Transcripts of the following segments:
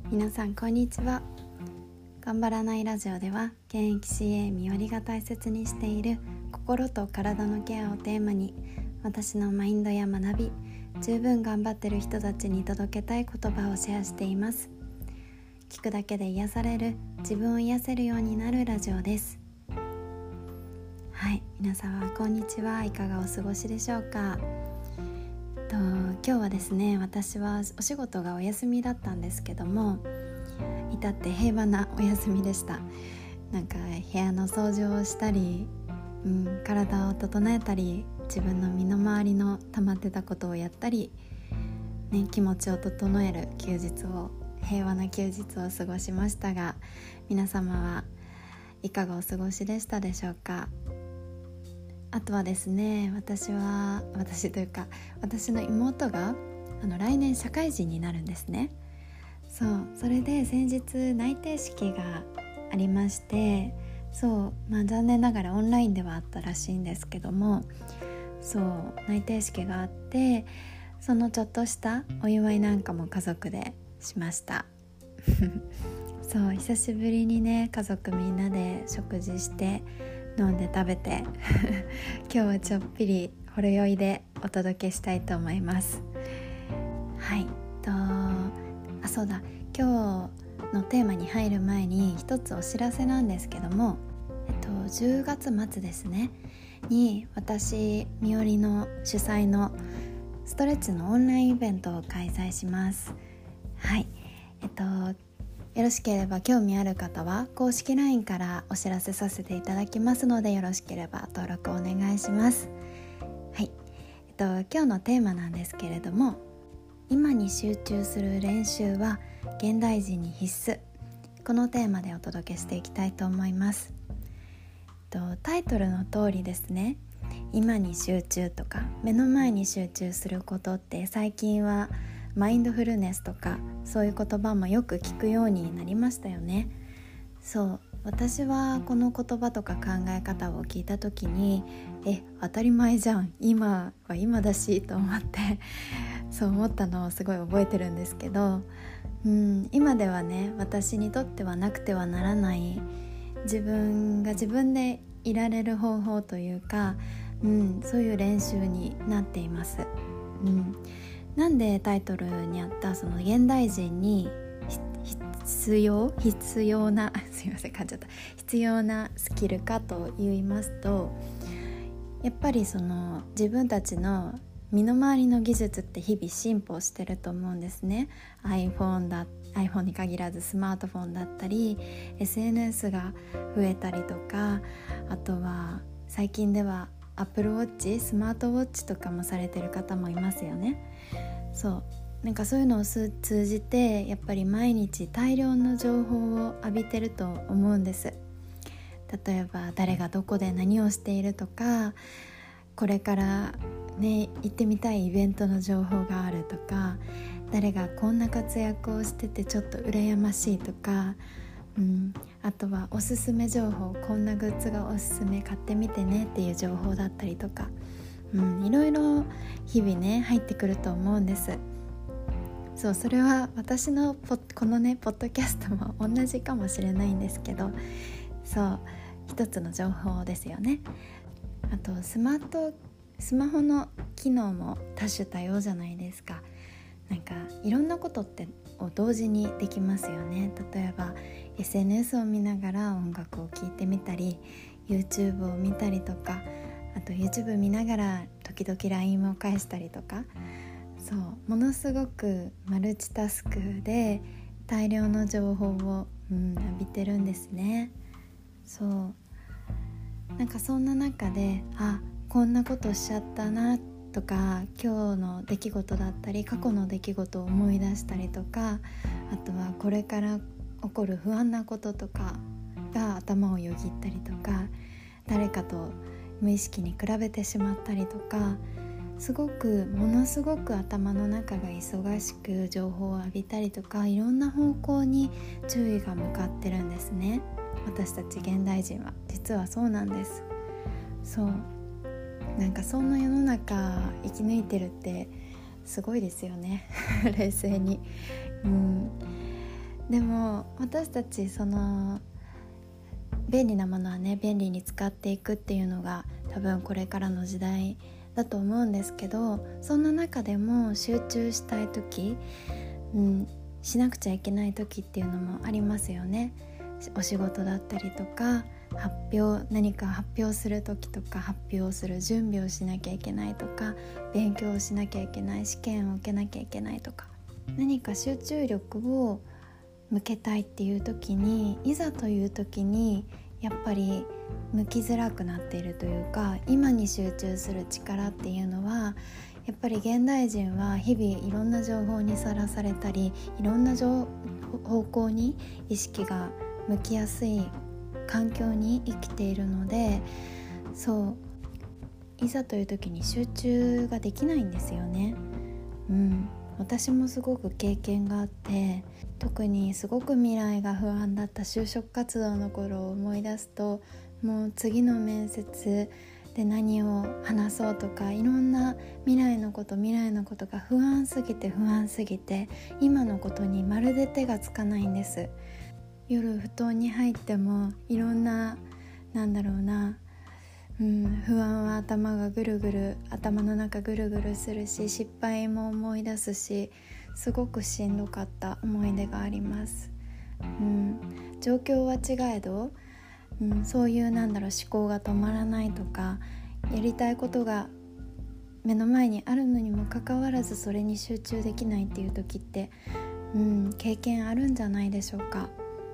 皆さんこんにちは。頑張らないラジオでは現役 CA みよりが大切にしている心と体のケアをテーマに、私のマインドや学び、十分頑張ってる人たちに届けたい言葉をシェアしています。聞くだけで癒される、自分を癒せるようになるラジオです。はい、皆様こんにちは。いかがお過ごしでしょうか。今日はですね、私はお仕事がお休みだったんですけども、至って平和なお休みでした。なんか部屋の掃除をしたり、体を整えたり、自分の身の回りの溜まってたことをやったり、気持ちを整える平和な休日を過ごしましたが、皆様はいかがお過ごしでしたでしょうか。あとはですね、私の妹が来年社会人になるんですね。それで先日内定式がありまして、残念ながらオンラインではあったらしいんですけども、内定式があって、そのちょっとしたお祝いなんかも家族でしました久しぶりにね、家族みんなで食事して飲んで食べて今日はちょっぴりほろ酔いでお届けしたいと思います。今日のテーマに入る前に一つお知らせなんですけども、10月末ですねに、私みおりの主催のストレッチのオンラインイベントを開催します。よろしければ興味ある方は公式 LINE からお知らせさせていただきますので、よろしければ登録お願いします。今日のテーマなんですけれども、今に集中する練習は現代人に必須、このテーマでお届けしていきたいと思います。タイトルの通りですね、今に集中とか目の前に集中することって、最近はマインドフルネスとかそういう言葉もよく聞くようになりましたよね。私はこの言葉とか考え方を聞いた時に、当たり前じゃん、今は今だしと思ってそう思ったのをすごい覚えてるんですけど、今ではね、私にとってはなくてはならない自分が自分でいられる方法というか、そういう練習になっています。なんでタイトルにあったその現代人に必要な必要なスキルかと言いますと、やっぱりその自分たちの身の回りの技術って日々進歩してると思うんですね。iPhone に限らずスマートフォンだったり SNS が増えたりとか、あとは最近ではApple Watch、スマートウォッチとかもされてる方もいますよね。そういうのを通じて、やっぱり毎日大量の情報を浴びてると思うんです。例えば誰がどこで何をしているとか、これからね行ってみたいイベントの情報があるとか、誰がこんな活躍をしててちょっと羨ましいとか、あとはおすすめ情報、こんなグッズがおすすめ、買ってみてねっていう情報だったりとか、いろいろ日々ね入ってくると思うんです。それは私のこのねポッドキャストも同じかもしれないんですけど、一つの情報ですよね。あとスマホの機能も多種多様じゃないですか。いろんなことを同時にできますよね。例えば SNS を見ながら音楽を聴いてみたり、 YouTube を見たりとか、あと YouTube 見ながら時々 LINE を返したりとか、ものすごくマルチタスクで大量の情報を、浴びてるんですね。そんな中で、こんなことしちゃったなとか、今日の出来事だったり過去の出来事を思い出したりとか、あとはこれから起こる不安なこととかが頭をよぎったりとか、誰かと無意識に比べてしまったりとか、ものすごく頭の中が忙しく情報を浴びたりとか、いろんな方向に注意が向かってるんですね。私たち現代人は実はそうなんです。そんな世の中生き抜いてるってすごいですよね冷静に。 でも私たち便利なものはね便利に使っていくっていうのが多分これからの時代だと思うんですけど、そんな中でも集中したい時、しなくちゃいけない時っていうのもありますよね。お仕事だったりとか何か発表する時とか、発表する準備をしなきゃいけないとか、勉強をしなきゃいけない、試験を受けなきゃいけないとか、何か集中力を向けたいっていう時に、いざという時にやっぱり向きづらくなっているというか、今に集中する力っていうのはやっぱり現代人は日々いろんな情報にさらされたり、いろんな方向に意識が向きやすい環境に生きているので、いざという時に集中ができないんですよね。私もすごく経験があって、特にすごく未来が不安だった就職活動の頃を思い出すと、もう次の面接で何を話そうとか、いろんな未来のことが不安すぎて今のことにまるで手がつかないんです。夜布団に入ってもいろんな不安は頭の中ぐるぐるするし、失敗も思い出すし、すごくしんどかった思い出があります。状況は違えど、そういう思考が止まらないとか、やりたいことが目の前にあるのにもかかわらずそれに集中できないっていう時って、経験あるんじゃないでしょうか。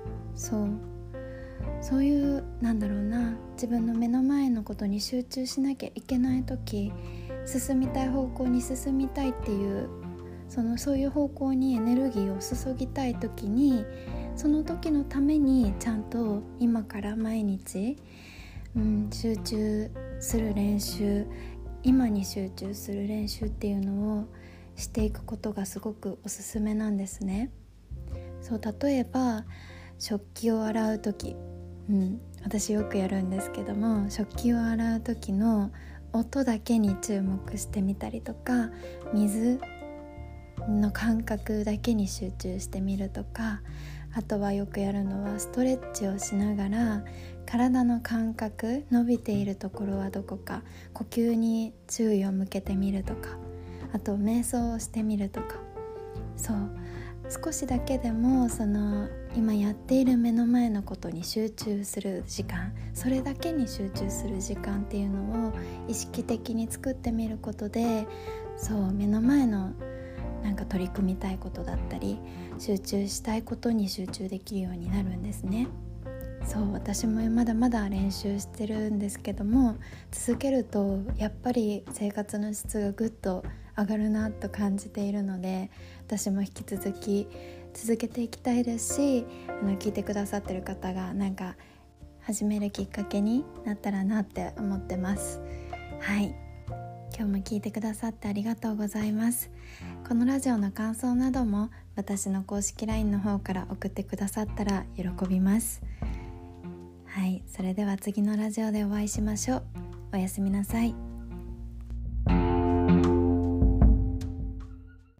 そういう自分の目の前のことに集中しなきゃいけない時、進みたい方向に進みたいっていうそういう方向にエネルギーを注ぎたい時に、その時のためにちゃんと今から毎日、集中する練習、今に集中する練習っていうのをしていくことがすごくおすすめなんですね。例えば食器を洗う時、私よくやるんですけども、食器を洗う時の音だけに注目してみたりとか、水の感覚だけに集中してみるとか、あとはよくやるのはストレッチをしながら体の感覚、伸びているところはどこか、呼吸に注意を向けてみるとか、あと瞑想をしてみるとか、少しだけでも今やっている目の前のことに集中する時間、それだけに集中する時間っていうのを意識的に作ってみることで、目の前の取り組みたいことだったり集中したいことに集中できるようになるんですね。私もまだまだ練習してるんですけども、続けるとやっぱり生活の質がぐっと上がるなと感じているので、私も引き続き続けていきたいですし、聞いてくださってる方が始めるきっかけになったらなって思ってます。今日も聞いてくださってありがとうございます。このラジオの感想なども私の公式 LINE の方から送ってくださったら喜びます。それでは次のラジオでお会いしましょう。おやすみなさい。